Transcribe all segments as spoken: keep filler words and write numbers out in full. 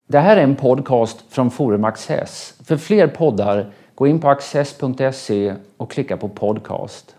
Det här är en podcast från Forum Access. För fler poddar, gå in på access punkt se och klicka på podcast.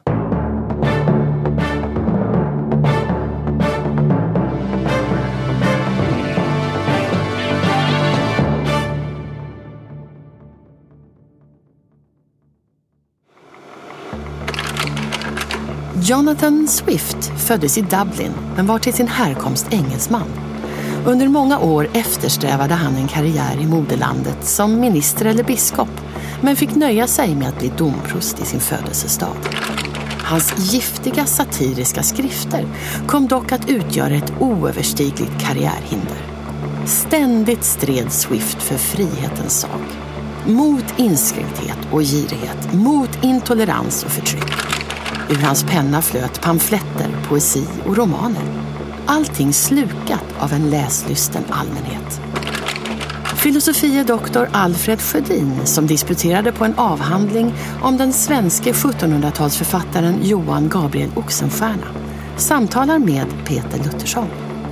Jonathan Swift föddes i Dublin men var till sin härkomst engelsman. Under många år eftersträvade han en karriär i moderlandet som minister eller biskop, men fick nöja sig med att bli domprost i sin födelsestad. Hans giftiga satiriska skrifter kom dock att utgöra ett oöverstigligt karriärhinder. Ständigt stred Swift för frihetens sak. Mot inskränkthet och girighet, mot intolerans och förtryck. Ur hans penna flöt pamfletter, poesi och romaner. Allting slukat av en läslysten allmänhet. Filosofie doktor Alfred Sjödin, som disputerade på en avhandling om den svenska sjuttonhundratalsförfattaren Johan Gabriel Oxenstierna, samtalar med Peter Luttersson.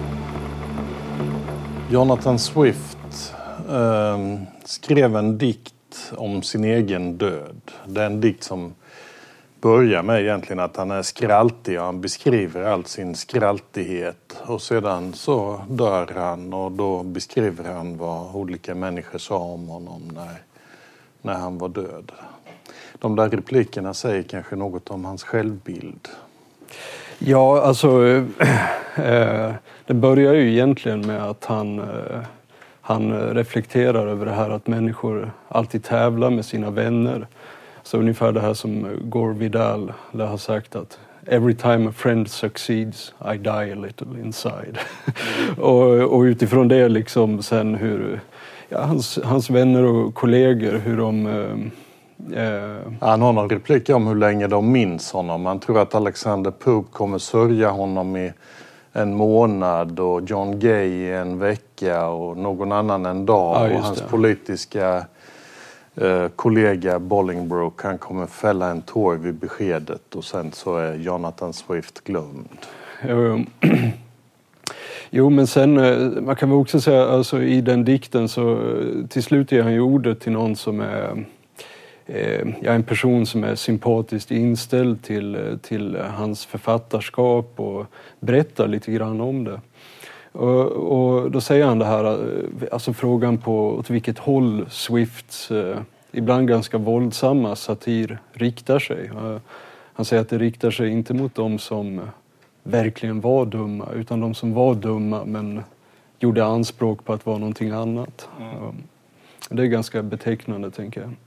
Jonathan Swift eh, skrev en dikt om sin egen död. Det är en dikt som börjar med egentligen att han är skraltig och han beskriver all sin skraltighet. Och sedan så dör han och då beskriver han vad olika människor sa om honom när, när han var död. De där replikerna säger kanske något om hans självbild. Ja, alltså äh, det börjar ju egentligen med att han, äh, han reflekterar över det här att människor alltid tävlar med sina vänner. Så ungefär det här som Gore Vidal lär ha sagt, att every time a friend succeeds I die a little inside. och, och utifrån det liksom sen hur ja, hans, hans vänner och kollegor, hur de... Eh, eh... Han har någon replik om hur länge de minns honom. Man tror att Alexander Pope kommer sörja honom i en månad och John Gay i en vecka och någon annan en dag. Ja, och hans det. politiska... kollega Bolingbroke, han kommer fälla en tår vid beskedet och sen så är Jonathan Swift glömd. Jo, jo men sen man kan väl också säga alltså, i den dikten så till slut ger han ju ordet till någon som är eh, ja, en person som är sympatiskt inställd till, till hans författarskap och berättar lite grann om det. Och, och då säger han det här, alltså frågan på åt vilket håll Swifts eh, ibland ganska våldsamma satir riktar sig. Eh, han säger att det riktar sig inte mot de som verkligen var dumma, utan de som var dumma men gjorde anspråk på att vara någonting annat. Mm. Eh, det är ganska betecknande, tänker jag.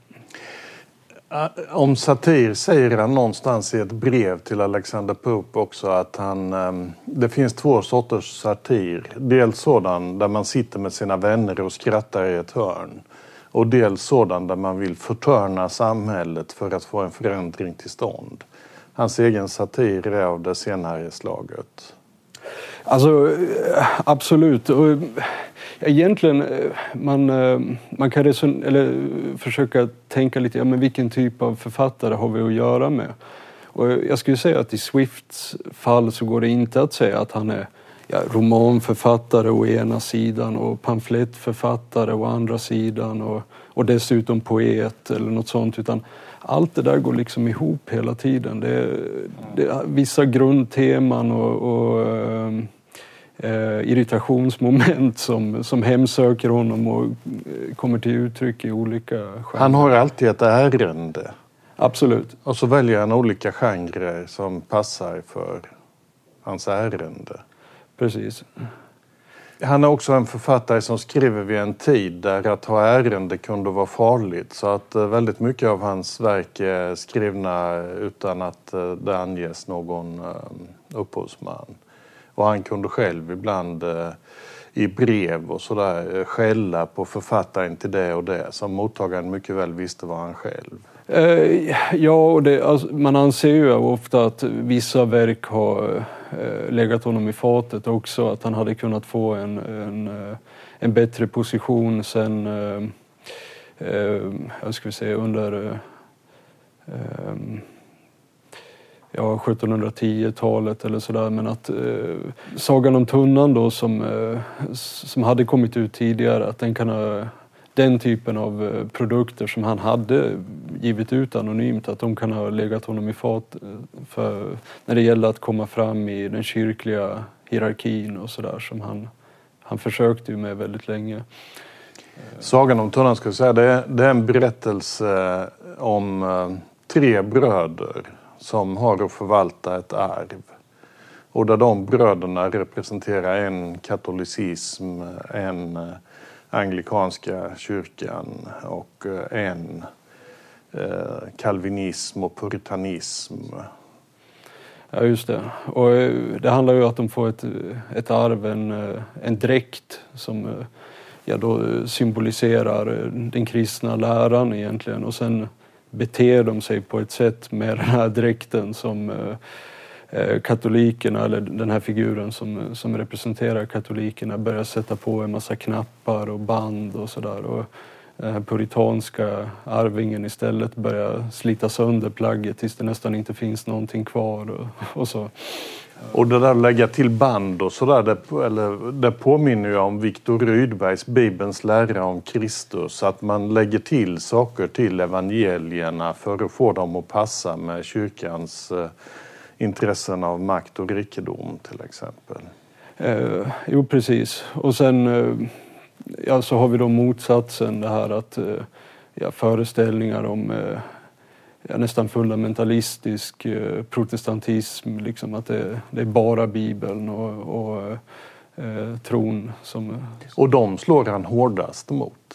Om satir säger han någonstans i ett brev till Alexander Pope också att han, det finns två sorters satir. Dels sådan där man sitter med sina vänner och skrattar i ett hörn. Och dels sådan där man vill förtörna samhället för att få en förändring till stånd. Hans egen satir är av det senare slaget. Alltså, absolut. Och egentligen, man, man kan reson- eller försöka tänka lite, ja, men vilken typ av författare har vi att göra med? Och jag skulle säga att i Swifts fall så går det inte att säga att han är ja, romanförfattare å ena sidan och pamflettförfattare å andra sidan och, och dessutom poet eller något sånt, utan allt det där går liksom ihop hela tiden. Det är, det är vissa grundteman och, och eh, irritationsmoment som, som hemsöker honom och kommer till uttryck i olika genrer. Han har alltid ett ärende. Absolut. Och så väljer han olika genrer som passar för hans ärende. Precis. Han är också en författare som skriver vid en tid där att ha ärende kunde vara farligt. Så att väldigt mycket av hans verk är skrivna utan att det anges någon upphovsman. Och han kunde själv ibland i brev och sådär skälla på författaren till det och det. Som mottagaren mycket väl visste var han själv. Ja, och det, alltså, man anser ju ofta att vissa verk har eh, legat honom i fatet också. Att han hade kunnat få en, en, en bättre position sen, eh, eh, jag ska säga, under... Eh, ja, sjuttonhundratio-talet eller sådär. Men att eh, Sagan om tunnan då som, eh, som hade kommit ut tidigare, att den kan ha, den typen av eh, produkter som han hade givit ut anonymt, att de kan ha legat honom i fat för, när det gäller att komma fram i den kyrkliga hierarkin och sådär som han, han försökte ju med väldigt länge. Sagan om tunnan ska jag säga, det är, det är en berättelse om eh, tre bröder som har att förvalta ett arv. Och där de bröderna representerar en katolicism, en eh, anglikanska kyrkan och eh, en eh, kalvinism och puritanism. Ja, just det. Och det handlar ju om att de får ett, ett arv, en, en dräkt som ja, då symboliserar den kristna läran egentligen. Och sen beter de sig på ett sätt med den här dräkten som eh, katolikerna, eller den här figuren som, som representerar katolikerna, börjar sätta på en massa knappar och band och sådär. Och den här puritanska arvingen istället börjar slita sönder plagget tills det nästan inte finns någonting kvar och, och så. Och det där att lägga till band och sådär, det, eller, det påminner ju om Viktor Rydbergs Bibelns lära om Kristus. Att man lägger till saker till evangelierna för att få dem att passa med kyrkans eh, intressen av makt och rikedom till exempel. Eh, jo, precis. Och sen eh, ja, så har vi då motsatsen, det här att eh, ja, föreställningar om eh, ja, nästan fundamentalistisk eh, protestantism, liksom att det, det är bara Bibeln och, och eh, tron som... Och de slår han hårdast mot.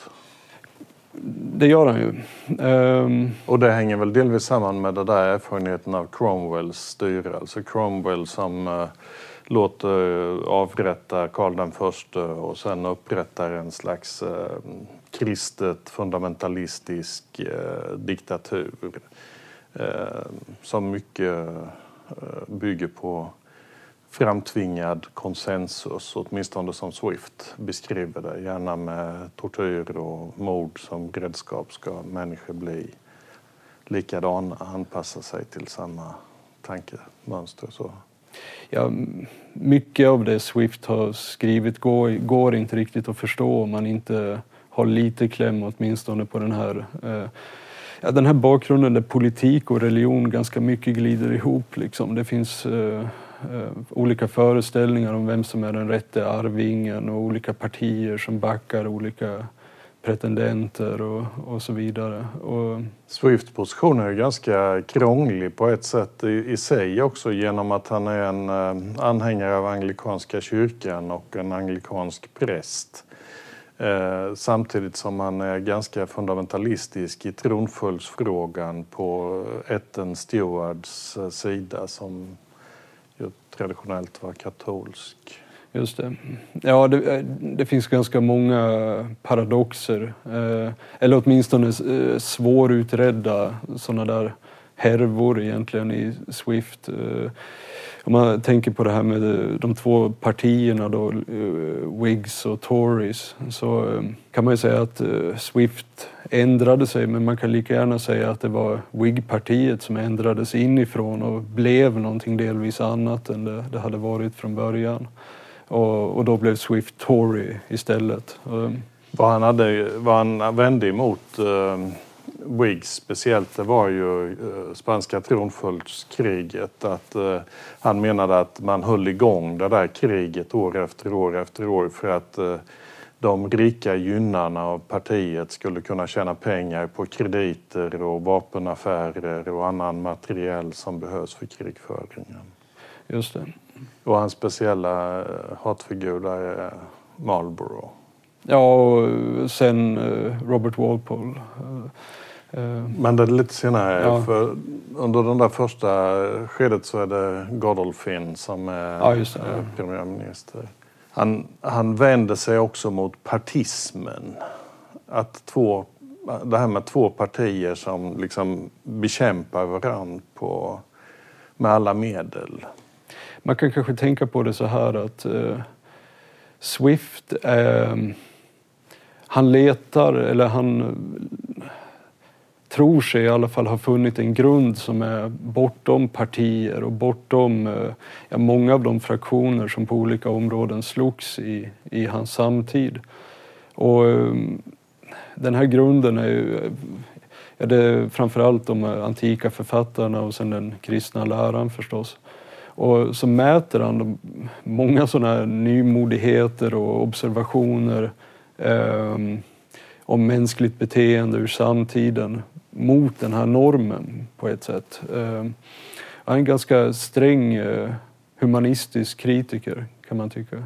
Det gör han ju. Um, och det hänger väl delvis samman med det där erfarenheten av Cromwells styre. Alltså Cromwell som uh, låter avrätta Karl den förste och sen upprättar en slags uh, kristet fundamentalistisk uh, diktatur. Uh, som mycket uh, bygger på framtvingad konsensus, åtminstone som Swift beskriver det. Gärna med tortyr och mord som redskap ska människor bli likadana, anpassa sig till samma tankemönster. Så. Ja, mycket av det Swift har skrivit går, går inte riktigt att förstå om man inte har lite kläm åtminstone på den här... Eh, ja, den här bakgrunden där politik och religion ganska mycket glider ihop. Liksom. Det finns... Eh, Uh, olika föreställningar om vem som är den rätte arvingen och olika partier som backar olika pretendenter och, och så vidare. Och... Swifts position är ganska krånglig på ett sätt i, i sig också genom att han är en uh, anhängare av anglikanska kyrkan och en anglikansk präst. Uh, samtidigt som han är ganska fundamentalistisk i tronföljdsfrågan på ätten Stewards uh, sida som ju traditionellt var katolsk. Just det. Ja, det, det finns ganska många paradoxer. Eh, eller åtminstone eh, svårutredda sådana där härvor egentligen i Swift. Eh, om man tänker på det här med de två partierna då, eh, Whigs och Tories, så eh, kan man ju säga att eh, Swift ändrade sig, men man kan lika gärna säga att det var Whig-partiet som ändrades inifrån och blev någonting delvis annat än det, det hade varit från början. Och, och då blev Swift Tory istället. Vad han, hade, vad han vände emot eh, Whigs speciellt, det var ju eh, spanska tronföljdskriget. Att eh, han menade att man höll igång det där kriget år efter år efter år för att eh, de rika gynnarna av partiet skulle kunna tjäna pengar på krediter och vapenaffärer och annan materiell som behövs för krigföringen. Just det. Och hans speciella hatfigur där är Marlborough. Ja, och sen Robert Walpole. Men det är lite senare, ja. För under den där första skedet så är det Godolphin som är ja, just det, ja. premiärminister. Han, han vänder sig också mot partismen. Att två, det här med två partier som liksom bekämpar varandra på, med alla medel. Man kan kanske tänka på det så här att eh, Swift, eh, han letar, eller han tror sig i alla fall ha funnit en grund som är bortom partier och bortom ja, många av de fraktioner som på olika områden slogs i, i hans samtid. Och den här grunden är ju ja, det är framförallt de antika författarna och sen den kristna läran förstås. Och så mäter han de, många sådana här nymodigheter och observationer eh, om mänskligt beteende ur samtiden mot den här normen på ett sätt. Eh, han är en ganska sträng eh, humanistisk kritiker kan man tycka.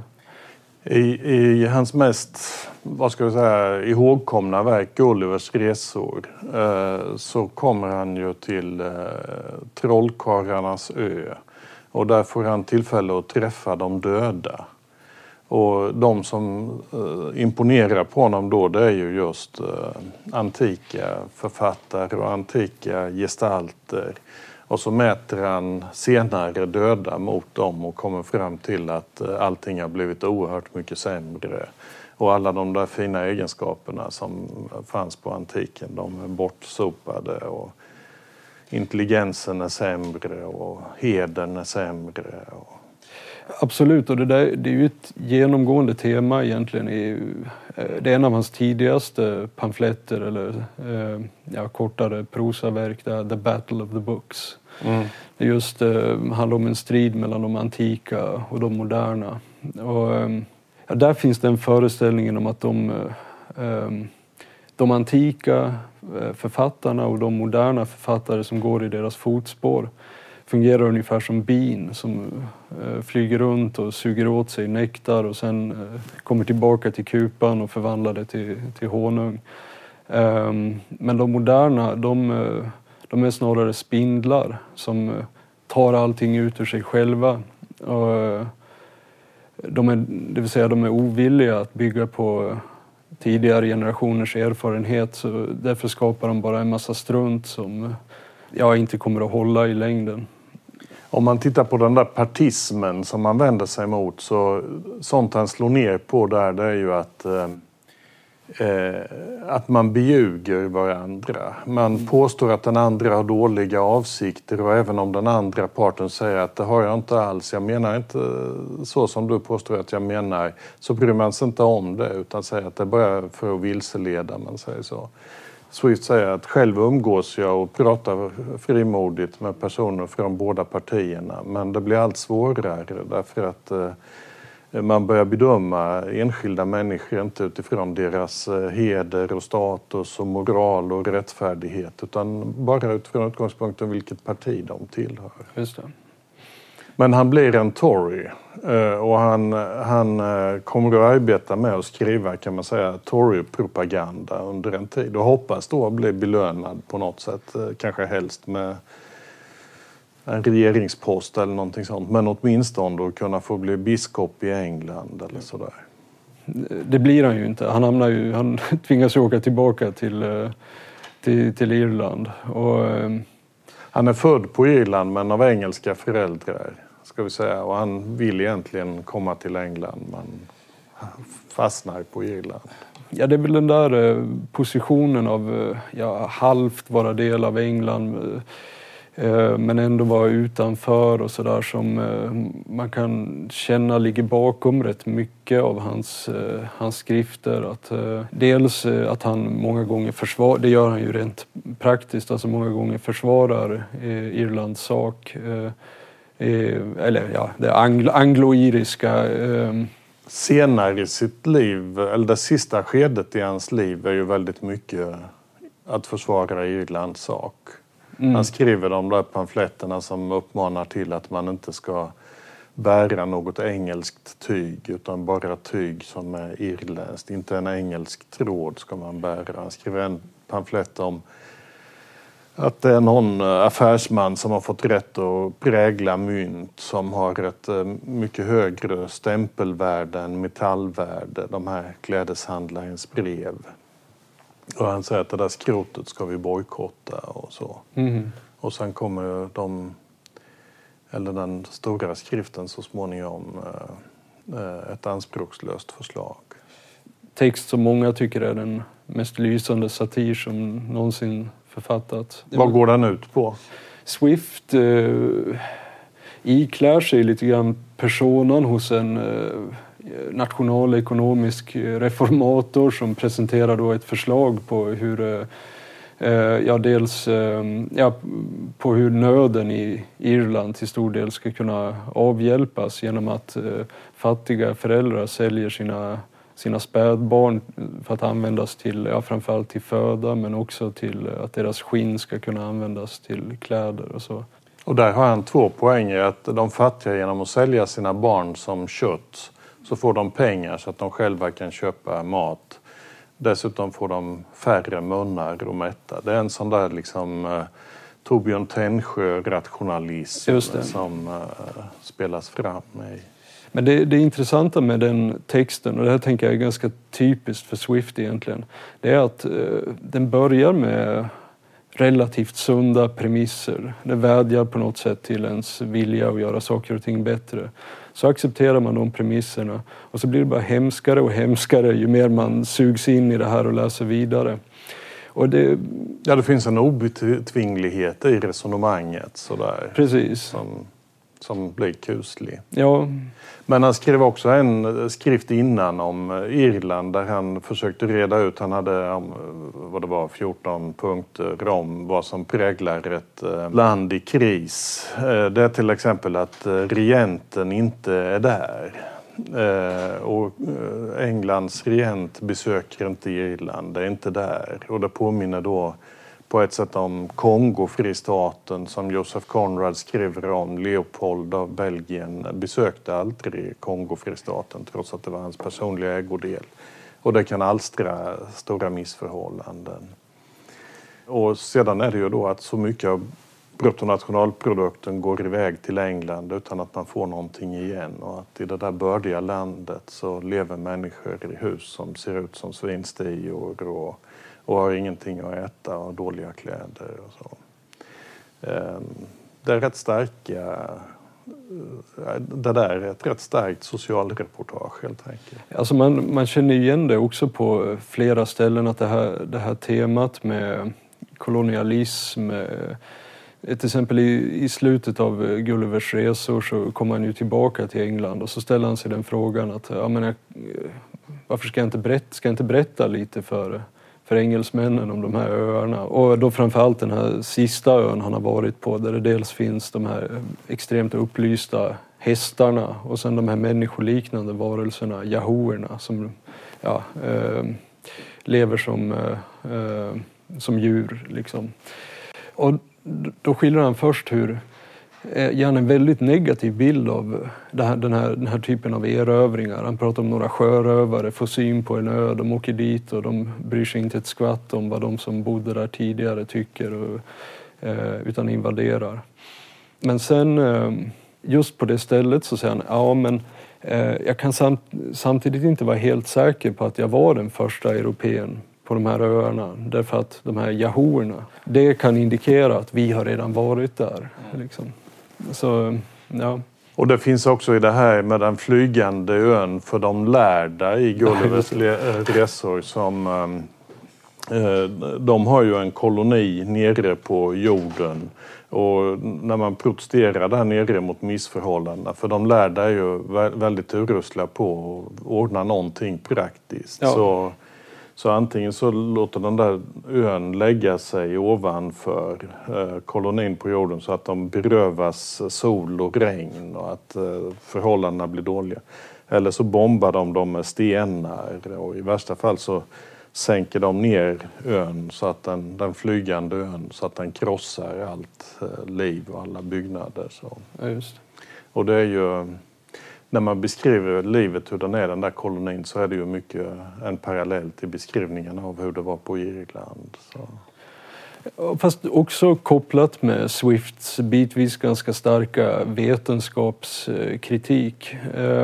I, I hans mest, vad ska vi säga, ihågkomna verk, Gullivers resor, eh, så kommer han ju till eh, Trollkarlarnas ö. Och där får han tillfälle att träffa de döda. Och de som eh, imponerar på honom då, det är ju just eh, antika författare och antika gestalter. Och så mäter han senare döda mot dem och kommer fram till att eh, allting har blivit oerhört mycket sämre. Och alla de där fina egenskaperna som fanns på antiken, de är bortsopade. Och intelligensen är sämre och heden är sämre. Och... Absolut, och det, där, det är ju ett genomgående tema egentligen. I, det är en av hans tidigaste pamfletter eller eh, ja, kortare prosaverk, där, The Battle of the Books. Mm. Det just eh, handlar om en strid mellan de antika och de moderna. Och, eh, ja, där finns den föreställningen om att de, eh, de antika författarna och de moderna författare som går i deras fotspår fungerar ungefär som bin som eh, flyger runt och suger åt sig nektar och sen eh, kommer tillbaka till kupan och förvandlar det till, till honung. Um, men de moderna, de, de är snarare spindlar som tar allting ut ur sig själva. Och de är, det vill säga de är ovilliga att bygga på tidigare generationers erfarenhet, så därför skapar de bara en massa strunt som ja, inte kommer att hålla i längden. Om man tittar på den där partismen som man vänder sig mot, så sånt han slår ner på där, det är ju att, eh, att man beljuger varandra. Man mm. påstår att den andra har dåliga avsikter, och även om den andra parten säger att det har jag inte alls, jag menar inte så som du påstår att jag menar, så bryr man sig inte om det utan säger att det är bara för att vilseleda, man säger så. Swift säger att själv umgås jag och pratar frimodigt med personer från båda partierna. Men det blir allt svårare därför att eh, man börjar bedöma enskilda människor inte utifrån deras eh, heder och status och moral och rättfärdighet. Utan bara utifrån utgångspunkten vilket parti de tillhör. Just det. Men han blir en Tory och han, han kommer att arbeta med att skriva, kan man säga, Tory-propaganda under en tid. Och hoppas då bli belönad på något sätt, kanske helst med en regeringspost eller någonting sånt. Men åtminstone då kunna få bli biskop i England eller sådär. Det blir han ju inte. Han, hamnar ju, han tvingas åka tillbaka till, till, till Irland. Och... Han är född på Irland men av engelska föräldrar, ska vi säga. Och han vill egentligen komma till England, men fastnar på Irland. Ja, det är väl den där positionen av ja, halvt vara del av England, men ändå vara utanför och sådär, som man kan känna ligger bakom rätt mycket av hans, hans skrifter. Att, dels att han många gånger försvarar, det gör han ju rent praktiskt, alltså många gånger försvarar Irlands sak, eller ja, det anglo- anglo-iriska. Senare i sitt liv, eller det sista skedet i hans liv, är ju väldigt mycket att försvara Irlands sak. Mm. Han skriver de där pamfletterna som uppmanar till att man inte ska bära något engelskt tyg utan bara tyg som är irländskt. Inte en engelsk tråd ska man bära. Han skriver en pamflett om att det är någon affärsman som har fått rätt att prägla mynt som har ett mycket högre stämpelvärde än metallvärde. De här klädeshandlarens brev. Och han säger att det där skrotet ska vi bojkotta och så. Mm. Och sen kommer de, eller den stora skriften så småningom, ett anspråkslöst förslag. Text som många tycker är den mest lysande satir som någonsin författat. Vad går den ut på? Swift eh, iklär sig lite grann personan hos en eh, nationalekonomisk reformator som presenterar då ett förslag på hur eh, ja, dels eh, ja, på hur nöden i Irland till stor del ska kunna avhjälpas genom att eh, fattiga föräldrar säljer sina sina spädbarn för att användas till, ja, framförallt till föda, men också till att deras skinn ska kunna användas till kläder och så. Och där har han två poänger, att de fattiga genom att sälja sina barn som kött så får de pengar så att de själva kan köpa mat. Dessutom får de färre munnar att mätta. Det är en sån där liksom eh, Torbjörn Tännsjö-rationalism som eh, spelas fram i. Men det, det intressanta med den texten, och det här tänker jag är ganska typiskt för Swift egentligen, det är att eh, den börjar med relativt sunda premisser. Det vädjar på något sätt till ens vilja att göra saker och ting bättre. Så accepterar man de premisserna och så blir det bara hemskare och hemskare ju mer man sugs in i det här och läser vidare. Och det, ja, det finns en obetvinglighet i resonemanget sådär. Precis. Som, som blir kuslig. Ja. Men han skrev också en skrift innan om Irland där han försökte reda ut, han hade vad det var, fjorton punkter om vad som präglar ett land i kris. Det är till exempel att regenten inte är där. Och Englands regent besöker inte Irland, det är inte där. Och det påminner då på ett sätt om Kongo-fristaten som Joseph Conrad skriver om. Leopold av Belgien besökte aldrig Kongo-fristaten trots att det var hans personliga ägodel. Och det kan alstra stora missförhållanden. Och sedan är det ju då att så mycket av bruttonationalprodukten går iväg till England utan att man får någonting igen. Och att i det där bördiga landet så lever människor i hus som ser ut som svinstior och och har ingenting att äta och dåliga kläder och så. Det är rätt starka, det där är ett rätt starkt socialreportage helt enkelt. Alltså man, man känner igen det också på flera ställen att det här, det här temat med kolonialism, till exempel i, i slutet av Gullivers resor så kommer han ju tillbaka till England och så ställer han sig den frågan att ja, men jag, varför ska jag inte berätta, ska jag inte berätta lite för för engelsmännen om de här öarna. Och då framförallt den här sista ön han har varit på där det dels finns de här extremt upplysta hästarna och sen de här människoliknande varelserna, jahoerna, som ja, eh, lever som, eh, som djur. Liksom. Och då skildrar han först hur ger han en väldigt negativ bild av det här, den, här, den här typen av erövringar. Han pratar om några sjörövare, får syn på en ö, de åker dit och de bryr sig inte ett skvatt om vad de som bodde där tidigare tycker och, eh, utan invaderar. Men sen eh, just på det stället så säger han, ja men eh, jag kan samt, samtidigt inte vara helt säker på att jag var den första europeen på de här öarna, därför att de här jahoerna, det kan indikera att vi har redan varit där. Liksom. Så, ja. Och det finns också i det här med den flygande ön för de lärda i Gullivers resor som eh, de har ju en koloni nere på jorden och när man protesterar där nere mot missförhållandena, för de lärda är ju väldigt urusla på att ordna någonting praktiskt. Ja. Så Så antingen så låter den där ön lägga sig ovanför eh, kolonin på jorden så att de berövas sol och regn och att eh, förhållandena blir dåliga. Eller så bombar de dem med stenar och i värsta fall så sänker de ner ön så att den, den flygande ön så att den krossar allt eh, liv och alla byggnader. Så. Ja, just. Och det är ju... När man beskriver livet hur den är, den där kolonin, så är det ju mycket en parallell till beskrivningen av hur det var på Irland. Så. Fast också kopplat med Swifts bitvis ganska starka vetenskapskritik.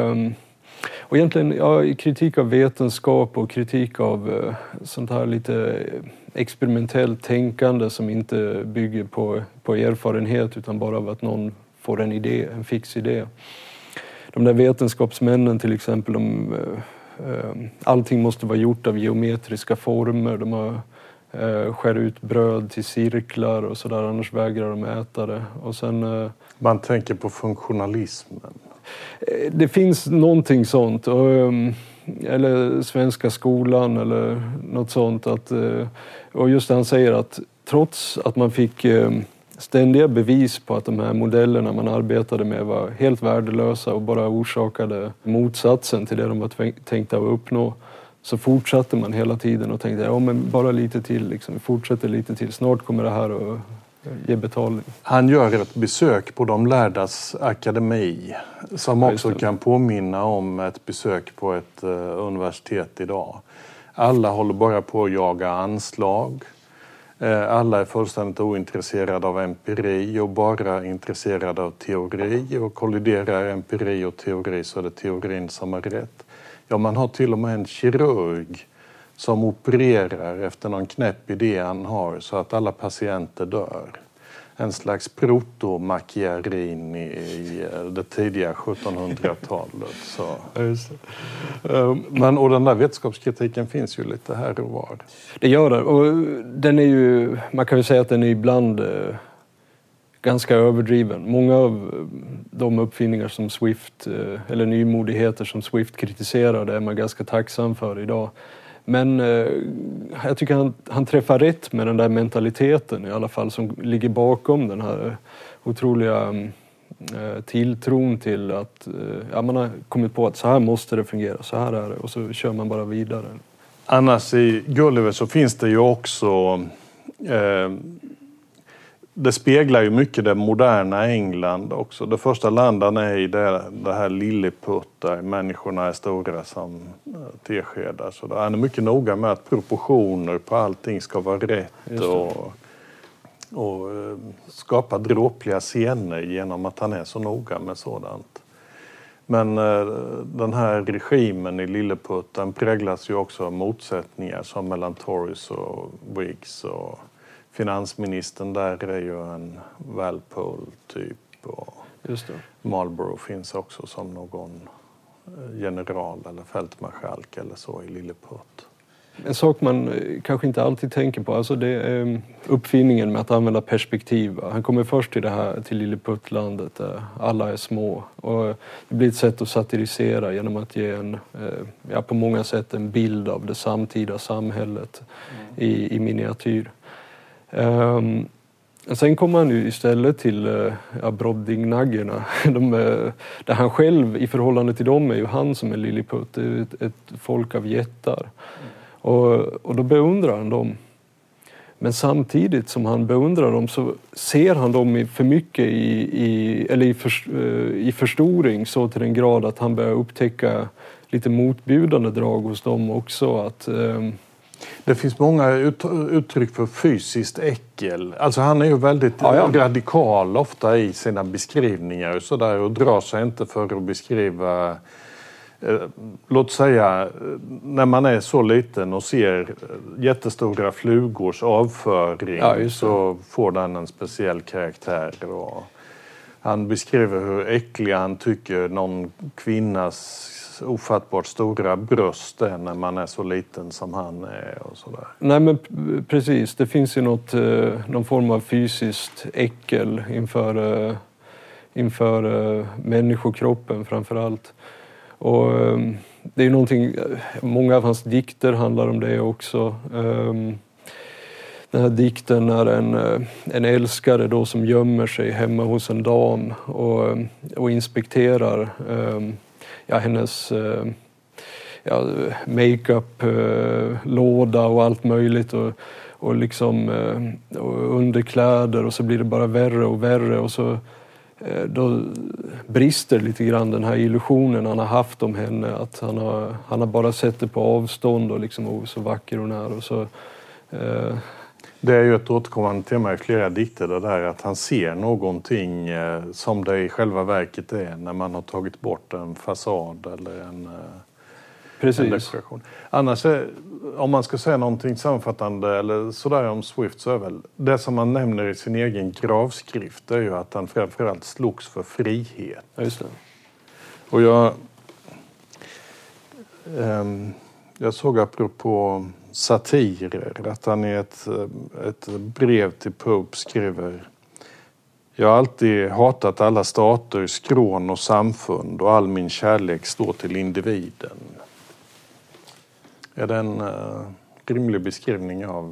Och egentligen ja, kritik av vetenskap och kritik av sånt här lite experimentellt tänkande som inte bygger på, på erfarenhet utan bara av att någon får en idé, en fix idé. De där vetenskapsmännen till exempel, de, eh, allting måste vara gjort av geometriska former. De har eh, skär ut bröd till cirklar och sådär, annars vägrar de äta det. Och sen, eh, Man tänker på funktionalismen. Eh, det finns någonting sånt. Och, um, eller svenska skolan eller något sånt. Att, uh, och just det han säger att trots att man fick um, ständiga bevis på att de här modellerna man arbetade med var helt värdelösa och bara orsakade motsatsen till det de var tänkta att uppnå, så fortsatte man hela tiden och tänkte ja men bara lite till, liksom, vi fortsätter lite till, snart kommer det här att ge betalning. Han gör ett besök på de lärdas akademi som också kan påminna om ett besök på ett uh, universitet idag. Alla håller bara på att jaga anslag. Uh, alla är fullständigt ointresserade av empiri och bara intresserade av teori. Och kolliderar empiri och teori så är det teorin som är rätt. Ja, man har till och med en kirurg som opererar efter någon knäpp idé han har så att alla patienter dör. En slags proto-Macchiarin i, i det tidiga sjuttonhundratalet. Så. Men, och den där vetenskapskritiken finns ju lite här och var. Det gör det. Och den är ju, man kan ju säga att den är ibland eh, ganska överdriven. Många av de uppfinningar som Swift, eh, eller nymodigheter som Swift kritiserade är man ganska tacksam för idag. Men eh, jag tycker han, han träffar rätt med den där mentaliteten i alla fall som ligger bakom den här otroliga eh, tilltron till att eh, ja, man har kommit på att så här måste det fungera, så här är det, och så kör man bara vidare. Annars i Gulliver så finns det ju också eh, det speglar ju mycket det moderna England också. Det första landet är i det, det här Lilliput där människorna är stora som teskedar. Så han är mycket noga med att proportioner på allting ska vara rätt och, och skapa dråpliga scener genom att han är så noga med sådant. Men den här regimen i Lilliput den präglas ju också av motsättningar som mellan Tories och Whigs och finansministern där är ju en Walpole typ och Just det. Marlborough finns också som någon general eller fältmarskalk eller så i Lilliput. En sak man kanske inte alltid tänker på, alltså det är uppfinningen med att använda perspektiv. Han kommer först till det här, till Lilliputlandet där alla är små. Och det blir ett sätt att satirisera genom att ge en, ja, på många sätt en bild av det samtida samhället mm. i, i miniatyr. Um, sen kommer han ju istället till uh, ja, Brobdingnaggarna. De, uh, där han själv i förhållande till dem är ju han som är Lilliput. Det är ett, ett folk av jättar. Mm. Och, och då beundrar han dem. Men samtidigt som han beundrar dem så ser han dem i, för mycket i, i, eller i, för, uh, i förstoring så till den grad att han börjar upptäcka lite motbjudande drag hos dem också. Att um, Det finns många ut, uttryck för fysiskt äckel. Alltså han är ju väldigt ja, ja. radikal ofta i sina beskrivningar och sådär och drar sig inte för att beskriva eh, låt säga när man är så liten och ser jättestora flugors avföring ja, så får den en speciell karaktär och han beskriver hur äcklig han tycker någon kvinnas ofattbart stora bröst är när man är så liten som han är och sådär. Nej men precis, det finns ju något, någon form av fysiskt äckel inför, inför människokroppen framförallt. Och det är ju någonting, många av hans dikter handlar om det också. Den här dikten är en, en älskare då som gömmer sig hemma hos en dam och, och inspekterar ja, hennes eh, ja, makeup-låda eh, och allt möjligt och, och liksom eh, och underkläder och så blir det bara värre och värre och så eh, då brister lite grann den här illusionen han har haft om henne att han har, han har bara sett det på avstånd och liksom oh, så vacker hon är och så eh, det är ju ett återkommande tema i flera dikter det där att han ser någonting eh, som det i själva verket är när man har tagit bort en fasad eller en, eh, en dekoration. Annars är, om man ska säga någonting sammanfattande eller sådär om Swift så är väl det som man nämner i sin egen gravskrift är ju att han framförallt slogs för frihet. Ja, just det. Och jag, eh, jag såg apropå satirer. Att han i ett, ett brev till Pope skriver: jag har alltid hatat alla stater, skrån och samfund och all min kärlek står till individen. Är det en uh, rimlig beskrivning av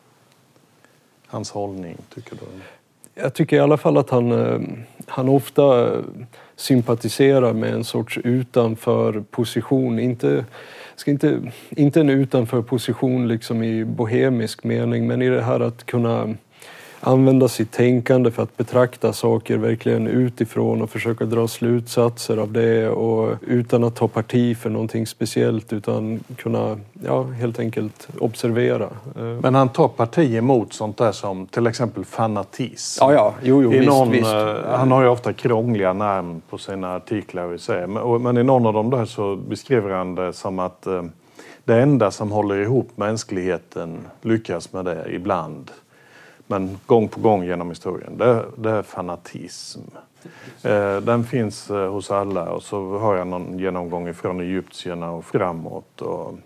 hans hållning, tycker du? Jag tycker i alla fall att han, han ofta sympatiserar med en sorts utanför position. Inte, ska inte, inte en utanför position liksom i bohemisk mening, men i det här att kunna använda sitt tänkande för att betrakta saker verkligen utifrån och försöka dra slutsatser av det, och utan att ta parti för någonting speciellt, utan kunna ja, helt enkelt observera. Men han tar parti emot sånt där som till exempel fanatism. Ja, ja. Jo, jo, visst, någon, visst. Han har ju ofta krångliga namn på sina artiklar, vi säger. Men, men i någon av dem där så beskriver han det som att eh, det enda som håller ihop mänskligheten lyckas med det ibland. Men gång på gång genom historien, det, det är fanatism. Eh, den finns eh, hos alla, och så har jag någon genomgång ifrån egyptierna och framåt. Och,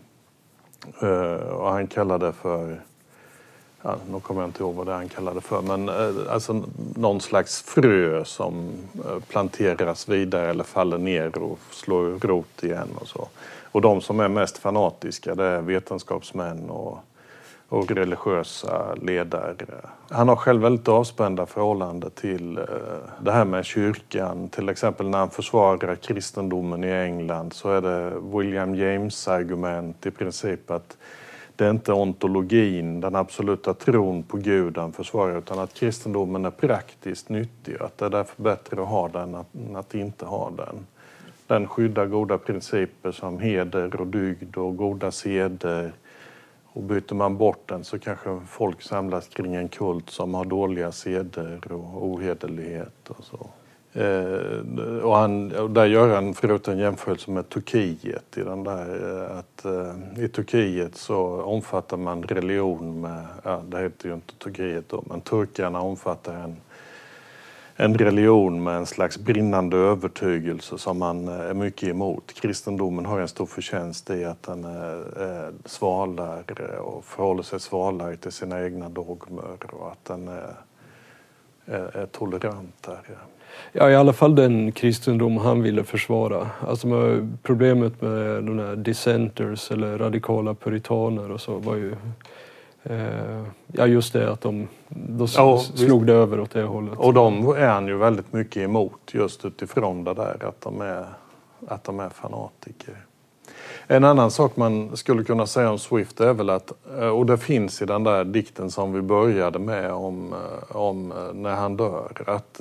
eh, och han kallar det för, ja, nu kommer jag inte ihåg vad det han kallar det för, men eh, alltså någon slags frö som eh, planteras vidare eller faller ner och slår rot igen och så. Och de som är mest fanatiska, det är vetenskapsmän och och religiösa ledare. Han har själv väldigt avspända förhållande till eh, det här med kyrkan. Till exempel när han försvarar kristendomen i England så är det William James argument i princip att det är inte ontologin, den absoluta tron på Gud han försvarar, utan att kristendomen är praktiskt nyttig och att det är därför bättre att ha den än att inte ha den. Den skyddar goda principer som heder och dygd och goda seder. Och byter man bort den så kanske folk samlas kring en kult som har dåliga seder och ohederlighet och så. Eh, och, han, och där gör han förut en jämförelse med Turkiet. I, den där, att, eh, i Turkiet så omfattar man religion med, ja, det heter ju inte Turkiet då, men turkarna omfattar en En religion med en slags brinnande övertygelse som man är mycket emot. Kristendomen har en stor förtjänst i att den är svalare och förhåller sig svalare till sina egna dogmer, och att den är, är, är tolerantare. Ja, i alla fall den kristendom han ville försvara. Alltså med problemet med de här dissenters eller radikala puritaner och så var ju ja, just det att de, de ja, slog det över åt det hållet. Och de är han ju väldigt mycket emot just utifrån det där att de är, att de är fanatiker. En annan sak man skulle kunna säga om Swift är väl att, och det finns i den där dikten som vi började med om, om när han dör, att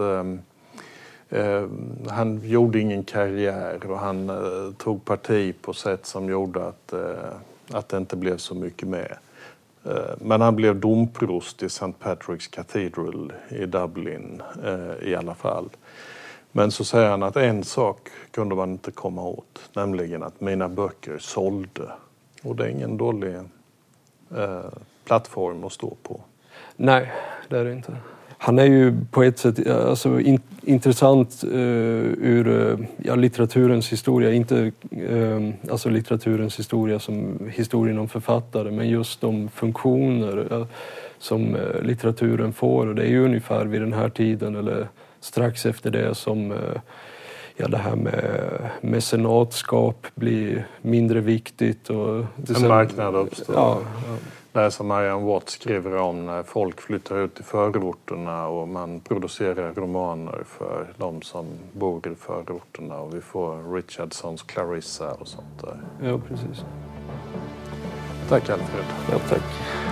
eh, han gjorde ingen karriär och han eh, tog parti på sätt som gjorde att, eh, att det inte blev så mycket med. Men han blev domprost i Saint Patrick's Cathedral i Dublin eh, i alla fall. Men så säger han att en sak kunde man inte komma åt, nämligen att mina böcker sålde. Och det är ingen dålig eh, plattform att stå på. Nej, det är det inte. Han är ju på ett sätt alltså, in, intressant uh, ur uh, ja, litteraturens historia. Inte uh, alltså litteraturens historia som historien om författare, men just de funktioner uh, som uh, litteraturen får. Och det är ju ungefär vid den här tiden eller strax efter det som uh, ja, det här med mecenatskap blir mindre viktigt. Och det en marknad uppstår. Ja, ja. Det är som Marianne Watt skriver om när folk flyttar ut i förorterna och man producerar romaner för de som bor i förorterna, och vi får Richardsons Clarissa och sånt där. Ja, precis. Tack Alfred. Ja, tack.